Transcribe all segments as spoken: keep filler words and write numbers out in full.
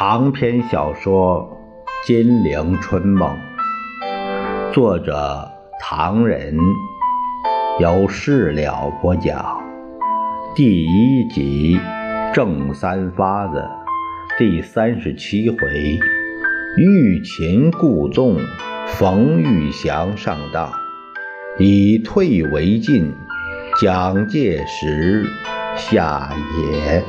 长篇小说《金陵春梦》，作者唐人，由事了播讲。第一集正三发子，第三十七回，欲擒故纵，冯玉祥上当，以退为进，蒋介石下野。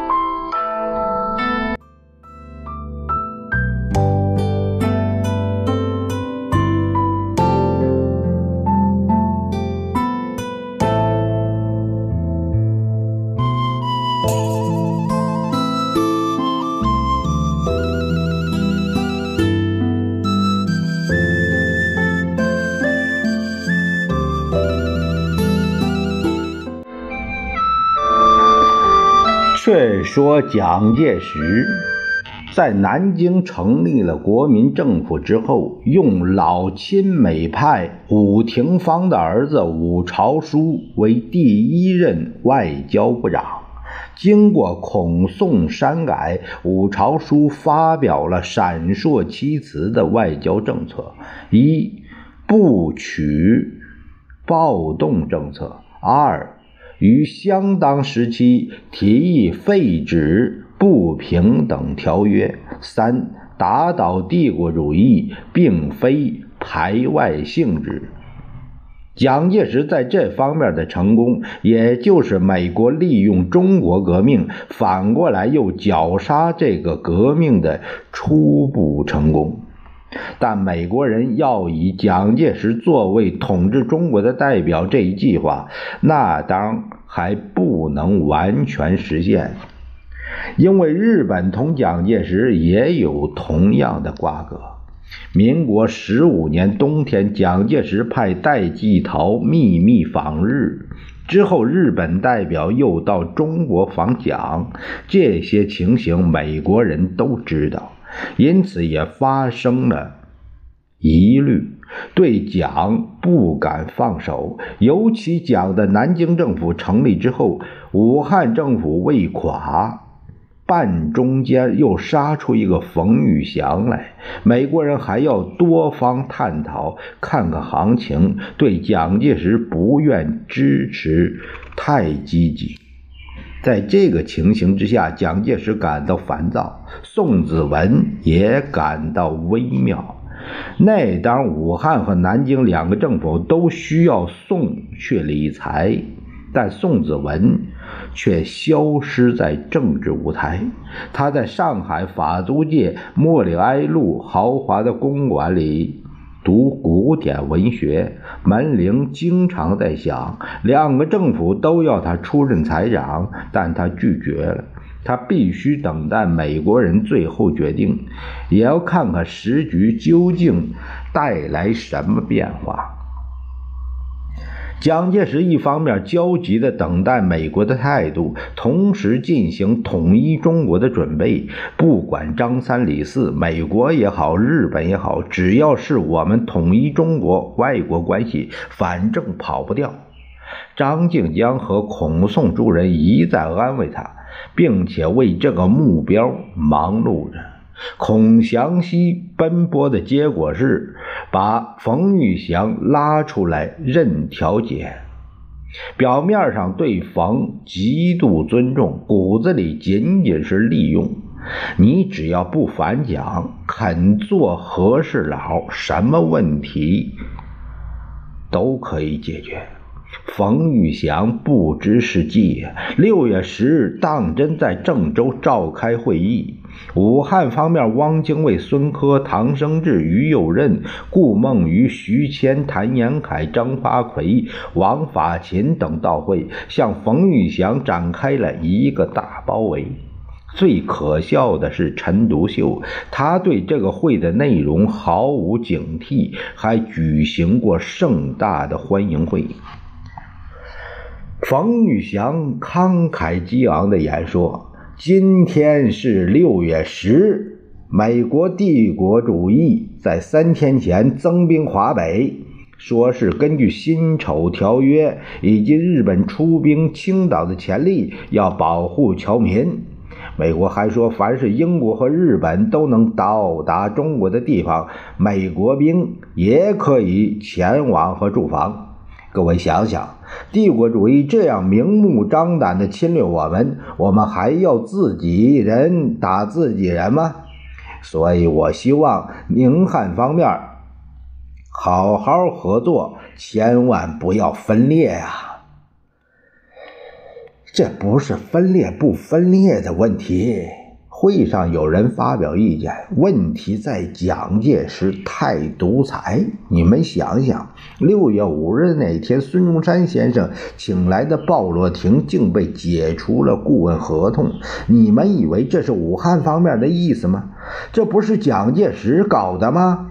却说蒋介石在南京成立了国民政府之后，用老亲美派伍廷芳的儿子伍朝枢为第一任外交部长。经过孔宋删改，伍朝枢发表了闪烁其词的外交政策：一、不取暴动政策；二、于相当时期提议废止不平等条约；三、打倒帝国主义并非排外性质。蒋介石在这方面的成功，也就是美国利用中国革命，反过来又绞杀这个革命的初步成功。但美国人要以蒋介石作为统治中国的代表这一计划，那当还不能完全实现，因为日本同蒋介石也有同样的瓜葛。民国十五年冬天，蒋介石派戴季陶秘密访日，之后日本代表又到中国访蒋，这些情形美国人都知道，因此也发生了疑虑，对蒋不敢放手。尤其蒋的南京政府成立之后，武汉政府未垮，半中间又杀出一个冯玉祥来，美国人还要多方探讨，看看行情，对蒋介石不愿支持太积极。在这个情形之下，蒋介石感到烦躁，宋子文也感到微妙。那当武汉和南京两个政府都需要宋去理财，但宋子文却消失在政治舞台。他在上海法租界莫里埃路豪华的公馆里读古典文学，门铃经常在响，两个政府都要他出任财长，但他拒绝了。他必须等待美国人最后决定，也要看看时局究竟带来什么变化。蒋介石一方面焦急地等待美国的态度，同时进行统一中国的准备。不管张三李四，美国也好，日本也好，只要是我们统一中国，外国关系反正跑不掉。张静江和孔宋诸人一再安慰他，并且为这个目标忙碌着。孔祥熙奔波的结果是把冯玉祥拉出来任调解，表面上对冯极度尊重，骨子里仅仅是利用。你只要不反蒋，肯做和事佬，什么问题都可以解决。冯玉祥不知是计，六月十日当真在郑州召开会议。武汉方面，汪精卫、孙科、唐生智、于右任、顾孟余、徐谦、谭延闿、张发奎、王法勤等到会，向冯玉祥展开了一个大包围。最可笑的是陈独秀，他对这个会的内容毫无警惕，还举行过盛大的欢迎会。冯玉祥慷慨激昂地演说，今天是六月十日，美国帝国主义在三天前增兵华北，说是根据辛丑条约以及日本出兵青岛的潜力，要保护侨民。 美国还说，凡是英国和日本都能到达中国的地方，美国兵也可以前往和驻防。各位想想，帝国主义这样明目张胆地侵略我们，我们还要自己人打自己人吗？所以我希望宁汉方面好好合作，千万不要分裂啊！这不是分裂不分裂的问题。会上有人发表意见，问题在蒋介石太独裁。你们想想，六月五日那天，孙中山先生请来的鲍罗廷竟被解除了顾问合同。你们以为这是武汉方面的意思吗？这不是蒋介石搞的吗？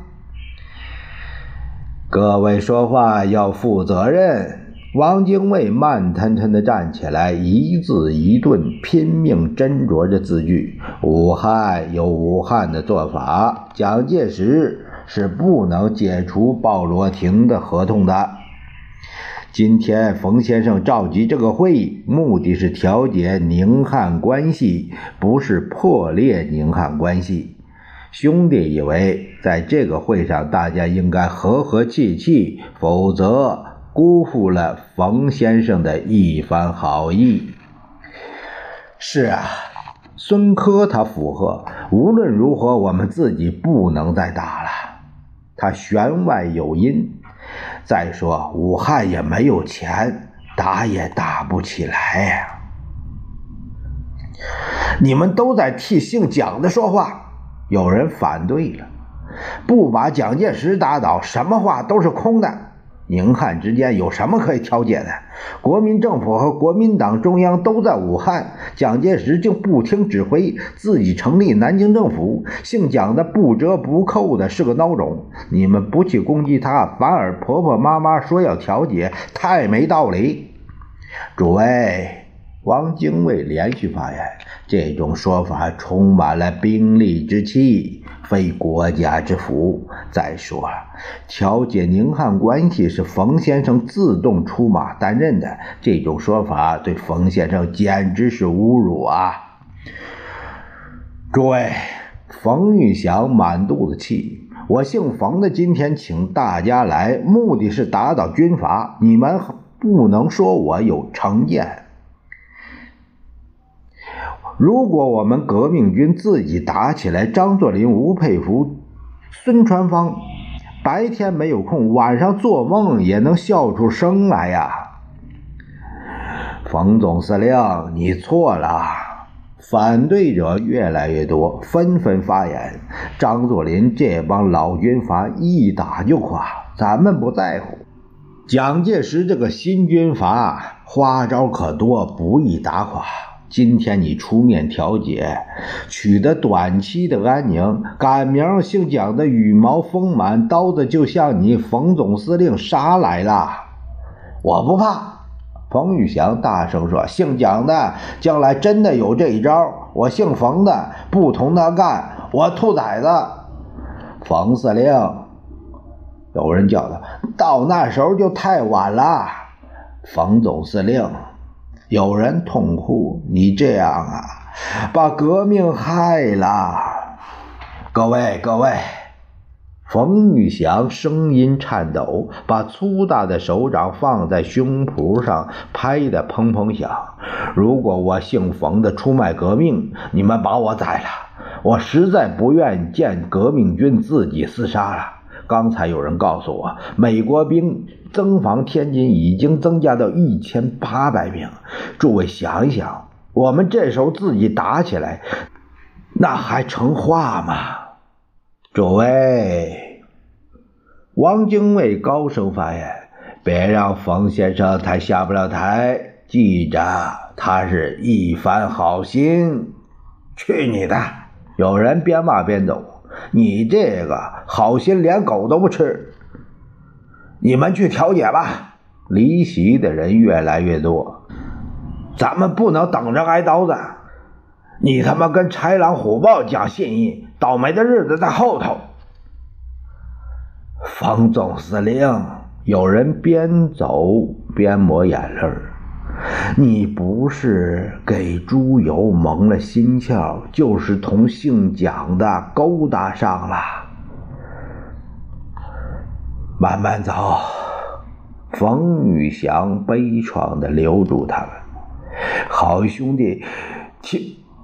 各位说话要负责任。汪精卫慢腾腾地站起来，一字一顿拼命斟酌着字句。武汉有武汉的做法，蒋介石是不能解除鲍罗廷的合同的。今天冯先生召集这个会议，目的是调解宁汉关系，不是破裂宁汉关系。兄弟以为在这个会上大家应该和和气气，否则辜负了冯先生的一番好意。是啊，孙科他附和，无论如何我们自己不能再打了。他弦外有音，再说武汉也没有钱，打也打不起来呀、啊。你们都在替姓蒋的说话，有人反对了。不把蒋介石打倒，什么话都是空的。宁汉之间有什么可以调解的？国民政府和国民党中央都在武汉，蒋介石竟不听指挥，自己成立南京政府。姓蒋的不折不扣的是个孬种，你们不去攻击他，反而婆婆妈妈说要调解，太没道理。诸位，汪精卫连续发言，这种说法充满了兵力之气，非国家之福。再说了，调解宁汉关系是冯先生自动出马担任的，这种说法对冯先生简直是侮辱啊！诸位，冯玉祥满肚子气，我姓冯的今天请大家来，目的是打倒军阀，你们不能说我有成见。如果我们革命军自己打起来，张作霖、吴佩孚、孙传芳白天没有空，晚上做梦也能笑出声来呀！冯总司令，你错了。反对者越来越多，纷纷发言。张作霖这帮老军阀一打就垮，咱们不在乎。蒋介石这个新军阀花招可多，不易打垮。今天你出面调解，取得短期的安宁，赶明儿姓蒋的羽毛丰满，刀子就向你冯总司令杀来了。我不怕。冯玉祥大声说，姓蒋的将来真的有这一招，我姓冯的不同他干，我兔崽子。冯司令，有人叫他，到那时候就太晚了。冯总司令，有人痛哭，你这样啊，把革命害了。各位各位，冯玉祥声音颤抖，把粗大的手掌放在胸脯上，拍得砰砰响。如果我姓冯的出卖革命，你们把我宰了，我实在不愿见革命军自己厮杀了。刚才有人告诉我，美国兵增防天津已经增加到一千八百名。诸位想一想，我们这时候自己打起来，那还成话吗？诸位，汪精卫高声发言，别让冯先生他下不了台，记着，他是一番好心。去你的！有人边骂边走，你这个好心连狗都不吃。你们去调解吧。离席的人越来越多，咱们不能等着挨刀子。你他妈跟豺狼虎豹讲信义，倒霉的日子在后头。冯总司令，有人边走边抹眼泪。 你不是给朱由蒙了心窍，就是同姓蒋的勾搭上了。慢慢走。冯玉祥悲怆地留住他们。好兄弟，请。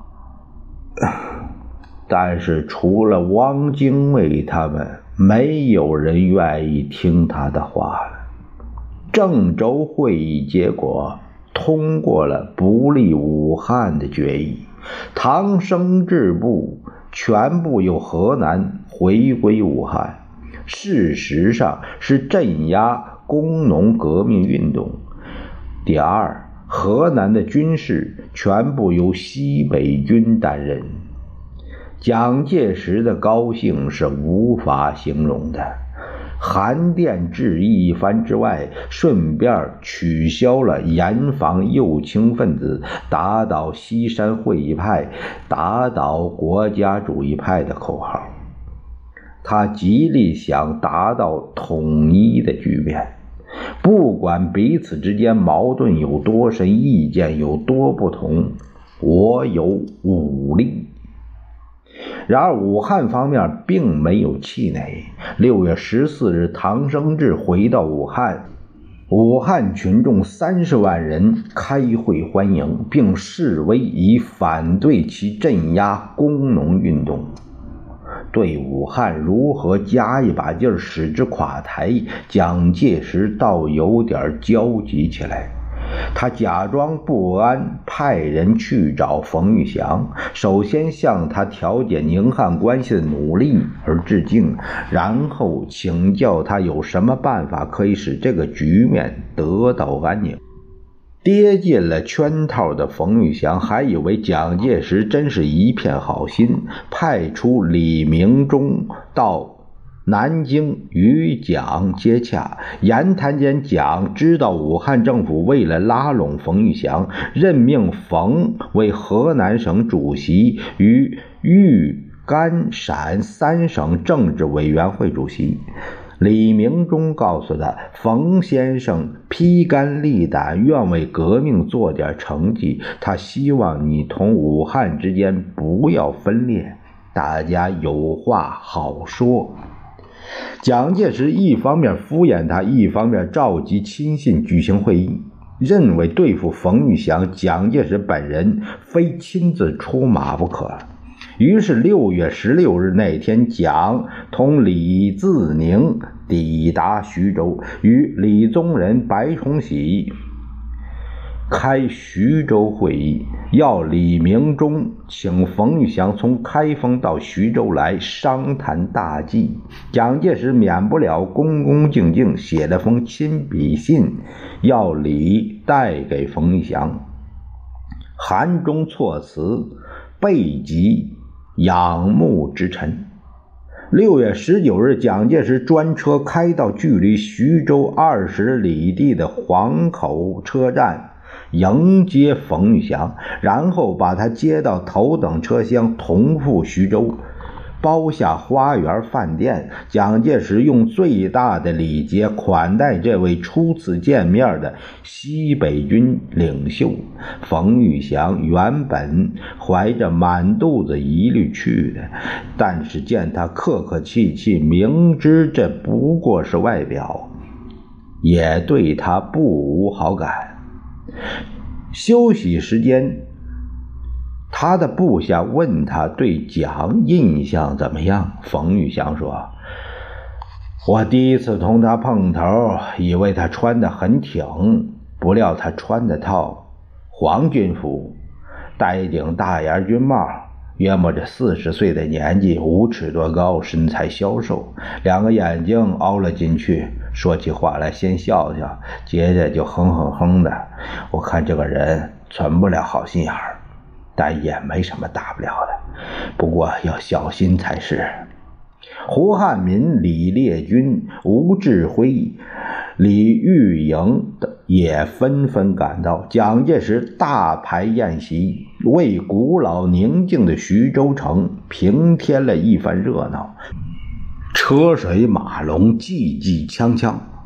但是除了汪精卫他们，没有人愿意听他的话了。郑州会议结果通过了不利武汉的决议，唐生智部全部由河南回归武汉，事实上是镇压工农革命运动。第二，河南的军事全部由西北军担任。蒋介石的高兴是无法形容的，函电致意一番之外，顺便取消了严防右倾分子、打倒西山会议派、打倒国家主义派的口号。他极力想达到统一的局面，不管彼此之间矛盾有多深，意见有多不同，我有武力。然而武汉方面并没有气馁。六月十四日，唐生智回到武汉，武汉群众三十万人开会欢迎，并示威以反对其镇压工农运动。对武汉如何加一把劲儿使之垮台，蒋介石倒有点焦急起来。他假装不安，派人去找冯玉祥，首先向他调解宁汉关系的努力而致敬，然后请教他有什么办法可以使这个局面得到安宁。跌进了圈套的冯玉祥还以为蒋介石真是一片好心，派出李明忠到南京与蒋接洽。言谈间，蒋知道武汉政府为了拉拢冯玉祥，任命冯为河南省主席与豫甘陕三省政治委员会主席。李明忠告诉他，冯先生披肝沥胆，愿为革命做点成绩，他希望你同武汉之间不要分裂，大家有话好说。蒋介石一方面敷衍他，一方面召集亲信举行会议，认为对付冯玉祥，蒋介石本人非亲自出马不可。于是六月十六日那天，蒋同李自宁抵达徐州，与李宗仁、白崇禧开徐州会议，要李明忠请冯玉祥从开封到徐州来商谈大计。蒋介石免不了恭恭敬敬写了封亲笔信，要李带给冯玉祥，函中措辞备极仰慕之臣。六月十九日，蒋介石专车开到距离徐州二十里地的黄口车站，迎接冯玉祥，然后把他接到头等车厢，同赴徐州，包下花园饭店。蒋介石用最大的礼节款待这位初次见面的西北军领袖。冯玉祥原本怀着满肚子疑虑去的，但是见他客客气气，明知这不过是外表，也对他不无好感。休息时间，他的部下问他对蒋印象怎么样。冯玉祥说，我第一次同他碰头，以为他穿得很挺，不料他穿的套黄军服，戴一顶大檐军帽，约莫着四十岁的年纪，五尺多高，身材消瘦，两个眼睛凹了进去，说起话来先笑笑，接着就哼哼哼的。我看这个人存不了好心眼儿，但也没什么大不了的，不过要小心才是。胡汉民、李烈钧、吴志辉、李玉莹也纷纷赶到。蒋介石大排宴席，为古老宁静的徐州城平添了一番热闹，车水马龙，骑骑锵锵。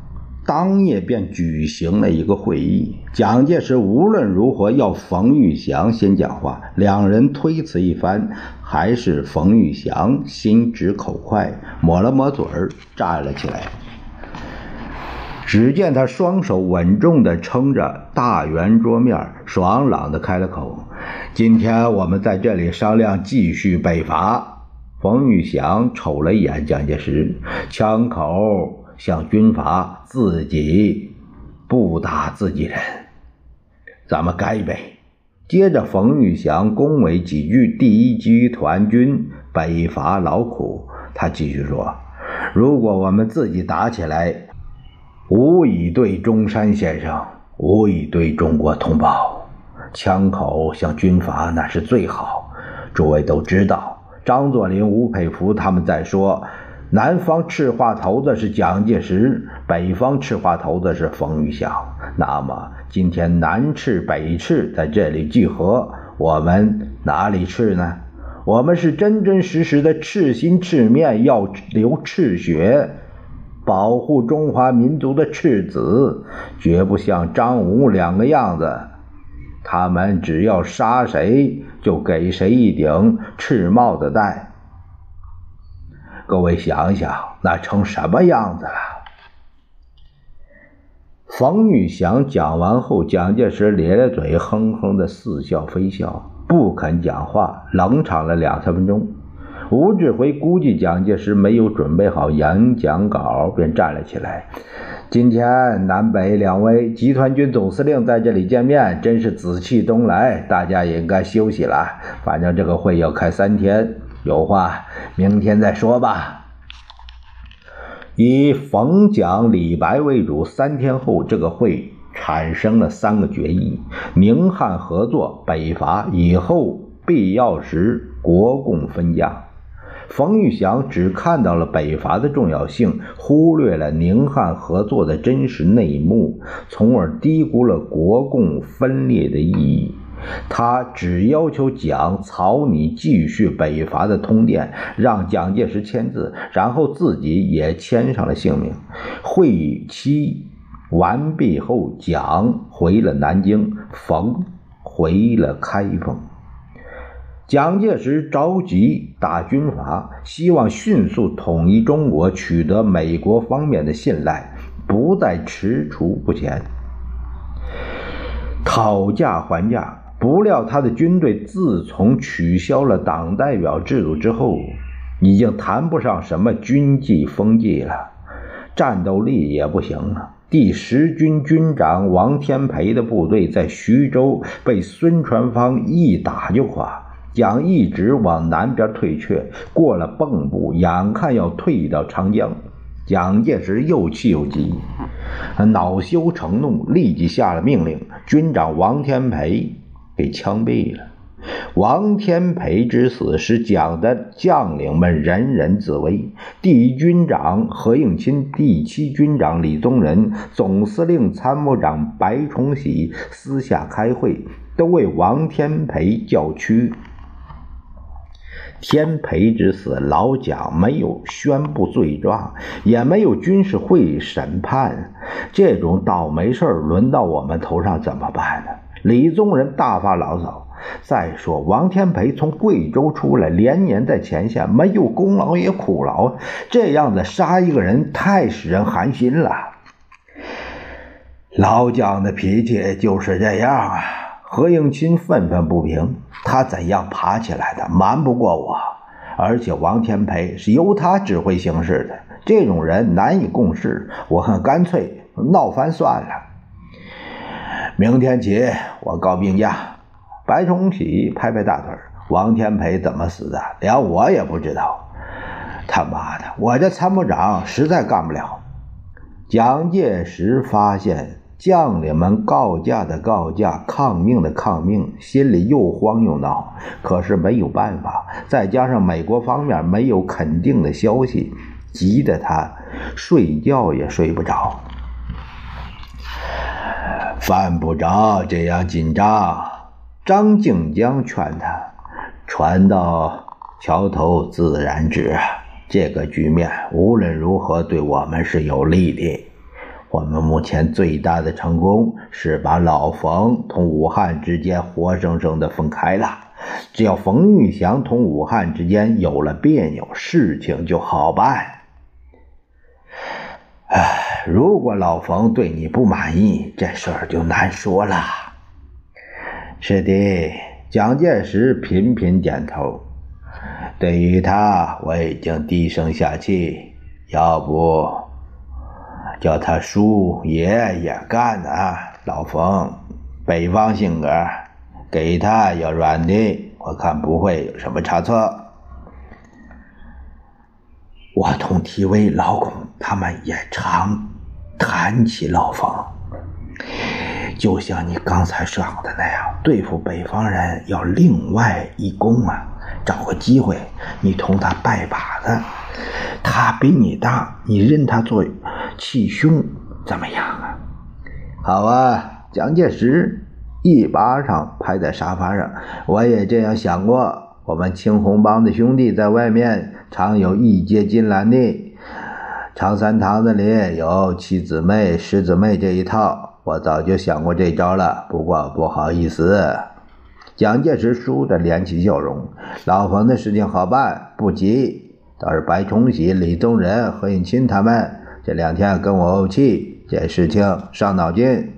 当夜便举行了一个会议。蒋介石无论如何要冯玉祥先讲话，两人推辞一番，还是冯玉祥心直口快，抹了抹嘴儿，站了起来。只见他双手稳重地撑着大圆桌面，爽朗地开了口：今天我们在这里商量继续北伐。冯玉祥瞅了一眼蒋介石，枪口向军阀，自己不打自己人，咱们干一杯。接着冯玉祥恭维几句第一集团军北伐劳苦，他继续说：如果我们自己打起来，无以对中山先生，无以对中国同胞，枪口向军阀那是最好。诸位都知道，张作霖、吴佩孚他们在说，南方赤话头子是蒋介石，北方赤话头子是冯玉祥。那么今天南赤北赤在这里聚合，我们哪里赤呢？我们是真真实实的赤心赤面，要流赤血，保护中华民族的赤子，绝不像张吴两个样子，他们只要杀谁就给谁一顶赤帽子戴。各位想想，那成什么样子了？冯玉祥讲完后，蒋介石咧咧嘴，哼哼的似笑非笑，不肯讲话，冷场了两三分钟。吴志辉估计蒋介石没有准备好演讲稿，便站了起来：今天南北两位集团军总司令在这里见面，真是紫气东来，大家也应该休息了。反正这个会要开三天，有话明天再说吧。以冯蒋李白为主，三天后这个会产生了三个决议：宁汉合作，北伐，以后必要时国共分家。冯玉祥只看到了北伐的重要性，忽略了宁汉合作的真实内幕，从而低估了国共分裂的意义。他只要求蒋、曹拟继续北伐的通电，让蒋介石签字，然后自己也签上了姓名。会议期完毕后，蒋回了南京，冯回了开封。蒋介石着急打军阀，希望迅速统一中国，取得美国方面的信赖，不再踟蹰不前，讨价还价。不料他的军队自从取消了党代表制度之后，已经谈不上什么军纪风纪了，战斗力也不行了。第十军军长王天培的部队在徐州被孙传芳一打就垮，蒋一直往南边退却，过了蚌埠，眼看要退到长江。蒋介石又气又急，恼羞成怒，立即下了命令，军长王天培给枪毙了。王天培之死使蒋的将领们人人自危。第一军长何应钦、第七军长李宗仁、总司令参谋长白崇禧私下开会，都为王天培叫屈。天培之死，老蒋没有宣布罪状，也没有军事会议审判，这种倒霉事儿轮到我们头上怎么办呢？李宗仁大发牢骚。再说王天培从贵州出来，连年在前线，没有功劳也苦劳，这样子杀一个人太使人寒心了。老蒋的脾气就是这样啊。何应钦愤愤不平，他怎样爬起来的，瞒不过我。而且王天培是由他指挥行事的，这种人难以共事，我很干脆闹翻算了。明天起我告病假。白崇禧拍拍大腿，王天培怎么死的，连我也不知道。他妈的，我这参谋长实在干不了。蒋介石发现将领们告假的告假，抗命的抗命，心里又慌又恼，可是没有办法，再加上美国方面没有肯定的消息，急得他睡觉也睡不着。犯不着这样紧张，张静江劝他，船到桥头自然直，这个局面无论如何对我们是有利的。 我们目前最大的成功是把老冯同武汉之间活生生的分开了。只要冯玉祥同武汉之间有了别扭，事情就好办。唉，如果老冯对你不满意，这事儿就难说了。是的，蒋介石频频点头。对于他，我已经低声下气，要不叫他叔爷也干啊。老冯北方性格，给他要软的，我看不会有什么差错。我同体委老孔他们也常谈起老冯，就像你刚才说的那样，对付北方人要另外一功啊，找个机会你同他拜把子，他比你大，你认他做气兄怎么样啊？好啊，蒋介石一巴掌拍在沙发上，我也这样想过。我们青红帮的兄弟在外面常有义结金兰的，长三堂子里有七姊妹十姊妹这一套，我早就想过这招了，不过不好意思。蒋介石倏地敛起笑容，老冯的事情好办，不急，倒是白崇禧、李宗仁、何应钦他们这两天跟我怄气，这事情伤脑筋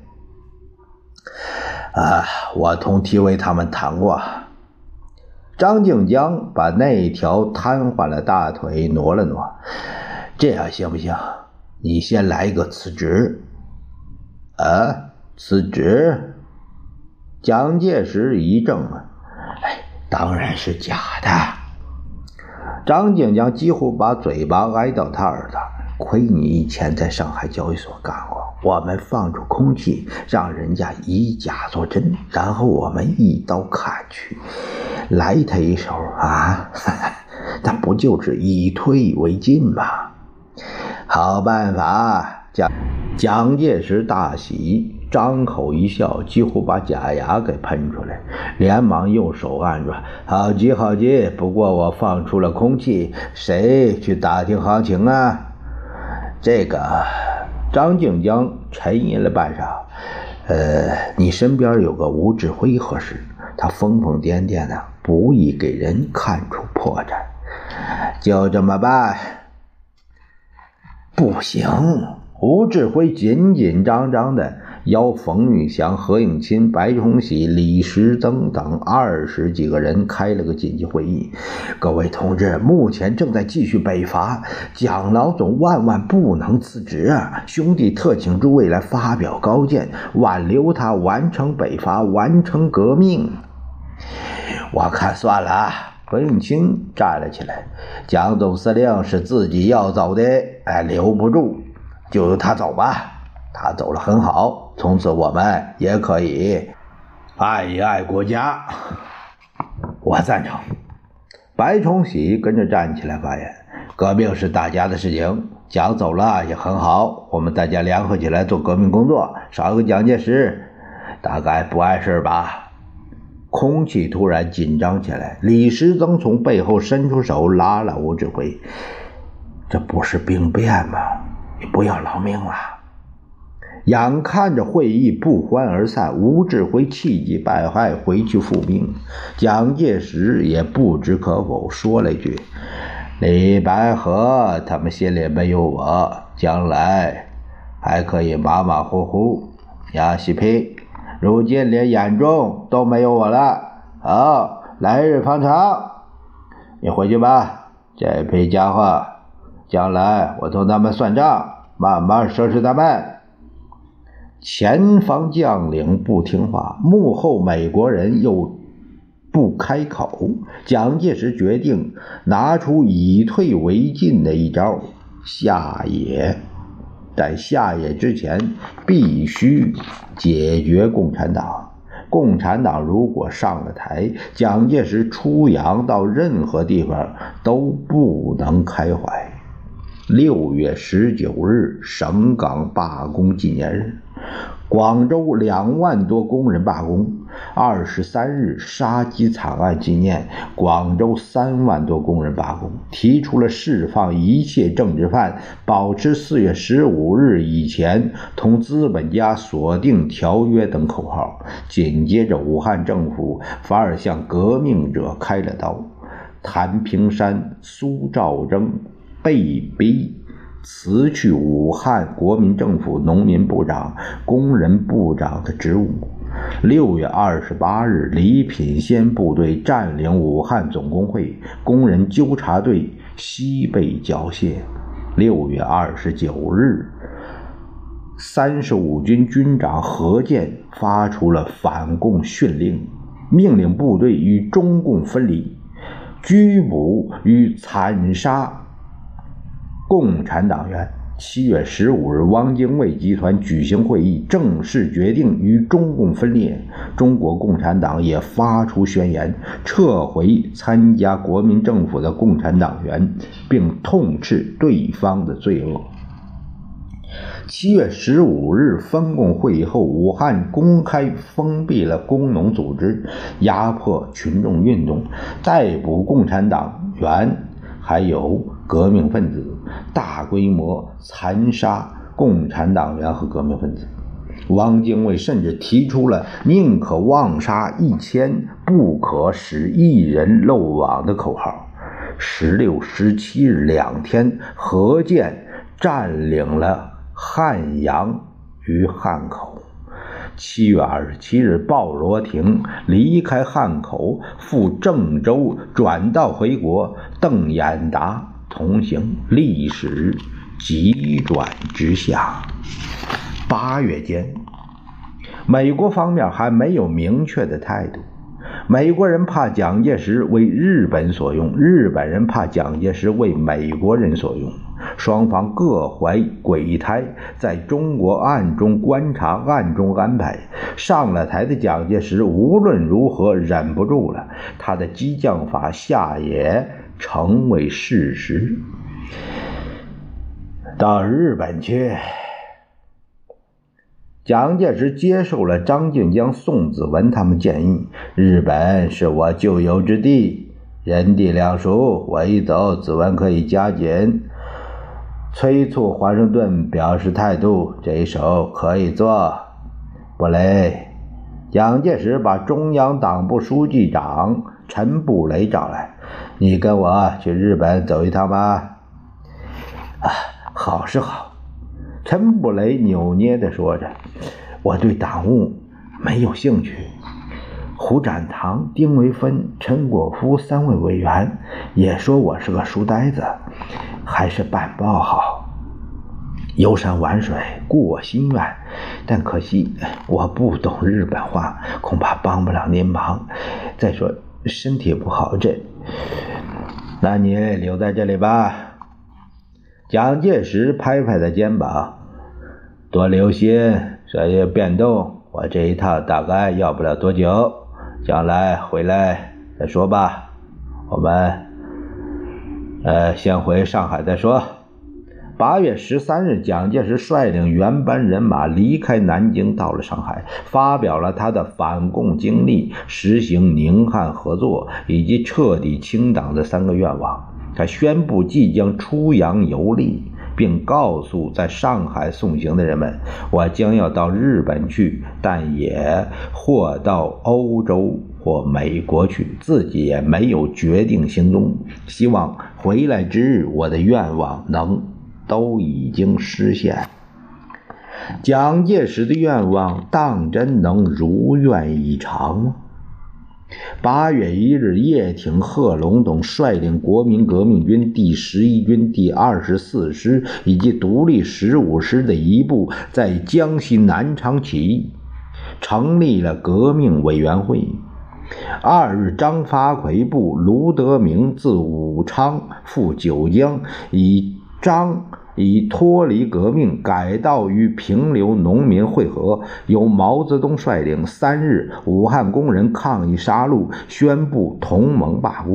啊，我同体委他们谈过。张静江把那条瘫痪了大腿挪了挪，这样行不行？你先来一个辞职。啊，辞职？蒋介石一怔，哎，当然是假的。张静江几乎把嘴巴挨到他耳朵，亏你以前在上海交易所干过，我们放出空气，让人家以假作真，然后我们一刀砍去，来他一手啊，那不就是以退为进吗？好办法。蒋蒋介石大喜，张口一笑，几乎把假牙给喷出来，连忙用手按住，好极好极，不过我放出了空气，谁去打听行情啊？这个张静江沉吟了半晌，呃，你身边有个吴志辉合适，他疯疯癫癫的，不易给人看出破绽。就这么办？不行。吴志辉紧紧张张的邀冯玉祥、何应钦、白崇禧、李时增等二十几个人开了个紧急会议。各位同志，目前正在继续北伐，蒋老总万万不能辞职啊！兄弟特请诸位来发表高见，挽留他完成北伐，完成革命。我看算了啊！何应钦站了起来，蒋总司令是自己要走的，哎，留不住，就由他走吧。他走了很好，从此我们也可以爱一爱国家。我赞成。白崇禧跟着站起来发言，革命是大家的事情，蒋走了也很好，我们大家联合起来做革命工作，少一个蒋介石大概不碍事吧。空气突然紧张起来，李时增从背后伸出手拉了吴志辉，这不是兵变吗？你不要劳命了。眼看着会议不欢而散，吴志辉气急败坏回去复命。蒋介石也不知可否，说了一句：李白河他们心里没有我，将来还可以马马虎虎。亚西皮如今连眼中都没有我了。好，来日方长，你回去吧。这批家伙将来我同他们算账，慢慢收拾他们。前方将领不听话，幕后美国人又不开口，蒋介石决定拿出以退为进的一招，下野。在下野之前必须解决共产党，共产党如果上了台，蒋介石出洋到任何地方都不能开怀。六月十九日，省港罢工纪念日，广州两万多工人罢工， 二十三日杀鸡惨案纪念，广州三万多工人罢工，提出了释放一切政治犯，保持四月十五日以前同资本家锁定条约等口号。紧接着武汉政府反而向革命者开了刀，谭平山、苏兆征被逼辞去武汉国民政府农民部长、工人部长的职务。六月二十八日，李品仙部队占领武汉总工会，工人纠察队西被缴械。六月二十九日，三十五军军长何键发出了反共训令，命令部队与中共分离，拘捕与惨杀共产党员。七月十五日，汪精卫集团举行会议，正式决定与中共分裂。中国共产党也发出宣言，撤回参加国民政府的共产党员，并痛斥对方的罪恶。七月十五日分共会议后，武汉公开封闭了工农组织，压迫群众运动，逮捕共产党员还有革命分子，大规模残杀共产党员和革命分子。汪精卫甚至提出了宁可妄杀一千，不可使一人漏网的口号。十六、十七日两天，何键占领了汉阳与汉口。七月二十七日，鲍罗廷离开汉口，赴郑州转道回国，邓演达同行，历史急转直下。八月间，美国方面还没有明确的态度。美国人怕蒋介石为日本所用，日本人怕蒋介石为美国人所用，双方各怀鬼胎，在中国暗中观察，暗中安排。上了台的蒋介石无论如何忍不住了，他的激将法下野成为事实。到日本去，蒋介石接受了张静江、宋子文他们建议，日本是我旧有之地，人地两熟，我一走，子文可以加紧催促华盛顿表示态度，这一手可以做。布雷，蒋介石把中央党部书记长陈布雷找来，你跟我去日本走一趟吧。啊，好是好。陈布雷扭捏地说着，我对党务没有兴趣。胡展堂、丁维芬、陈果夫三位委员也说我是个书呆子，还是办报好。游山玩水，顾我心愿，但可惜我不懂日本话，恐怕帮不了您忙。再说身体不好，这……那你留在这里吧。蒋介石拍拍他肩膀，多留心，这些变动，我这一趟大概要不了多久，将来回来再说吧。我们呃，先回上海再说。八月十三日，蒋介石率领原班人马离开南京，到了上海，发表了他的反共经历、实行宁汉合作以及彻底清党的三个愿望。他宣布即将出洋游历，并告诉在上海送行的人们，我将要到日本去，但也或到欧洲或美国去，自己也没有决定行踪，希望回来之日我的愿望能都已经实现。蒋介石的愿望当真能如愿以偿吗？八月一日，叶挺、贺龙等率领国民革命军第十一军第二十四师以及独立十五师的一部，在江西南昌起义，成立了革命委员会。二日，张发奎部卢德铭自武昌赴九江，以张以脱离革命，改道与平流农民会合，由毛泽东率领。三日，武汉工人抗议杀戮，宣布同盟罢工。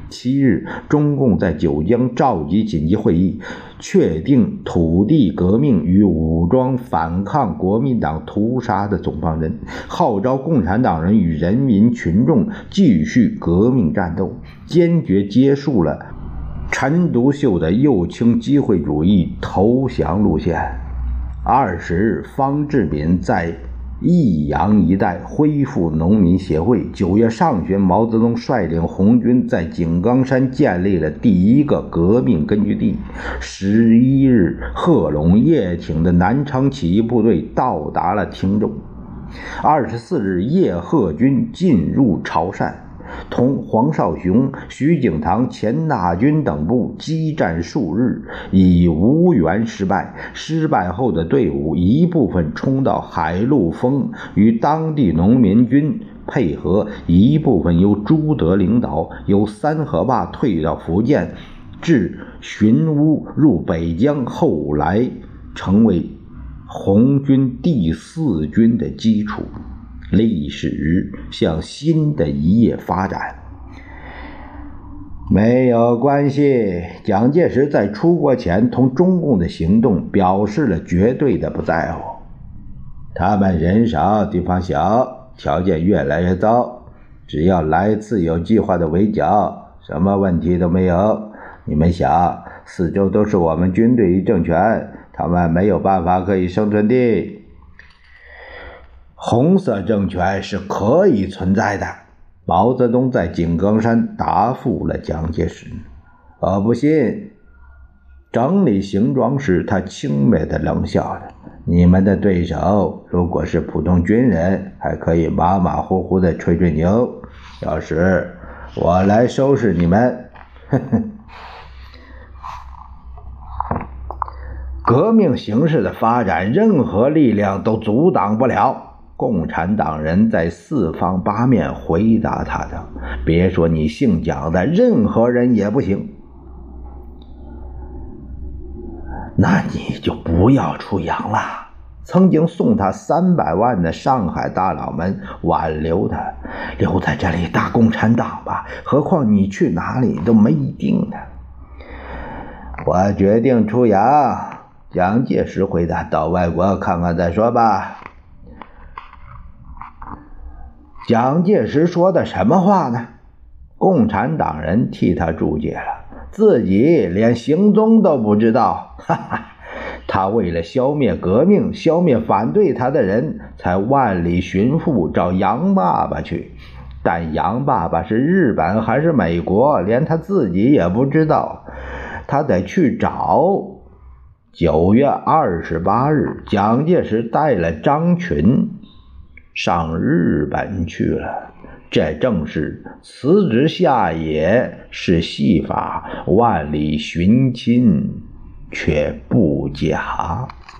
七日，中共在九江召集紧急会议，确定土地革命与武装反抗国民党屠杀的总方针，号召共产党人与人民群众继续革命战斗，坚决结束了陈独秀的右倾机会主义投降路线。二十日，方志敏在益阳一带恢复农民协会。九月上旬，毛泽东率领红军在井冈山建立了第一个革命根据地。十一日，贺龙叶挺的南昌起义部队到达了汀州。二十四日，叶赫军进入潮汕，同黄绍雄、徐景堂、钱大钧等部激战数日，以无缘失败。失败后的队伍一部分冲到海陆丰，与当地农民军配合，一部分由朱德领导，由三河坝退到福建，至寻乌入北江，后来成为红军第四军的基础。历史向新的一页发展。没有关系，蒋介石在出国前同中共的行动表示了绝对的不在乎。他们人少地方小，条件越来越糟，只要来次有计划的围剿，什么问题都没有。你们想，四周都是我们军队与政权，他们没有办法可以生存的。红色政权是可以存在的，毛泽东在井冈山答复了蒋介石。我不信。整理行装时，他轻蔑地冷笑着：你们的对手如果是普通军人，还可以马马虎虎地吹吹牛，要是我来收拾你们，呵呵。革命形势的发展，任何力量都阻挡不了。共产党人在四方八面回答他的，别说你姓蒋的，任何人也不行。那你就不要出洋了。曾经送他三百万的上海大佬们挽留他，留在这里打共产党吧，何况你去哪里都没定的。我决定出洋。蒋介石回答：到外国看看再说吧。蒋介石说的什么话呢？共产党人替他注解了，自己连行踪都不知道。哈哈，他为了消灭革命，消灭反对他的人，才万里寻父找杨爸爸去。但杨爸爸是日本还是美国，连他自己也不知道，他得去找。九月二十八日，蒋介石带了张群上日本去了。这正是辞职下野是戏法，万里寻亲却不假。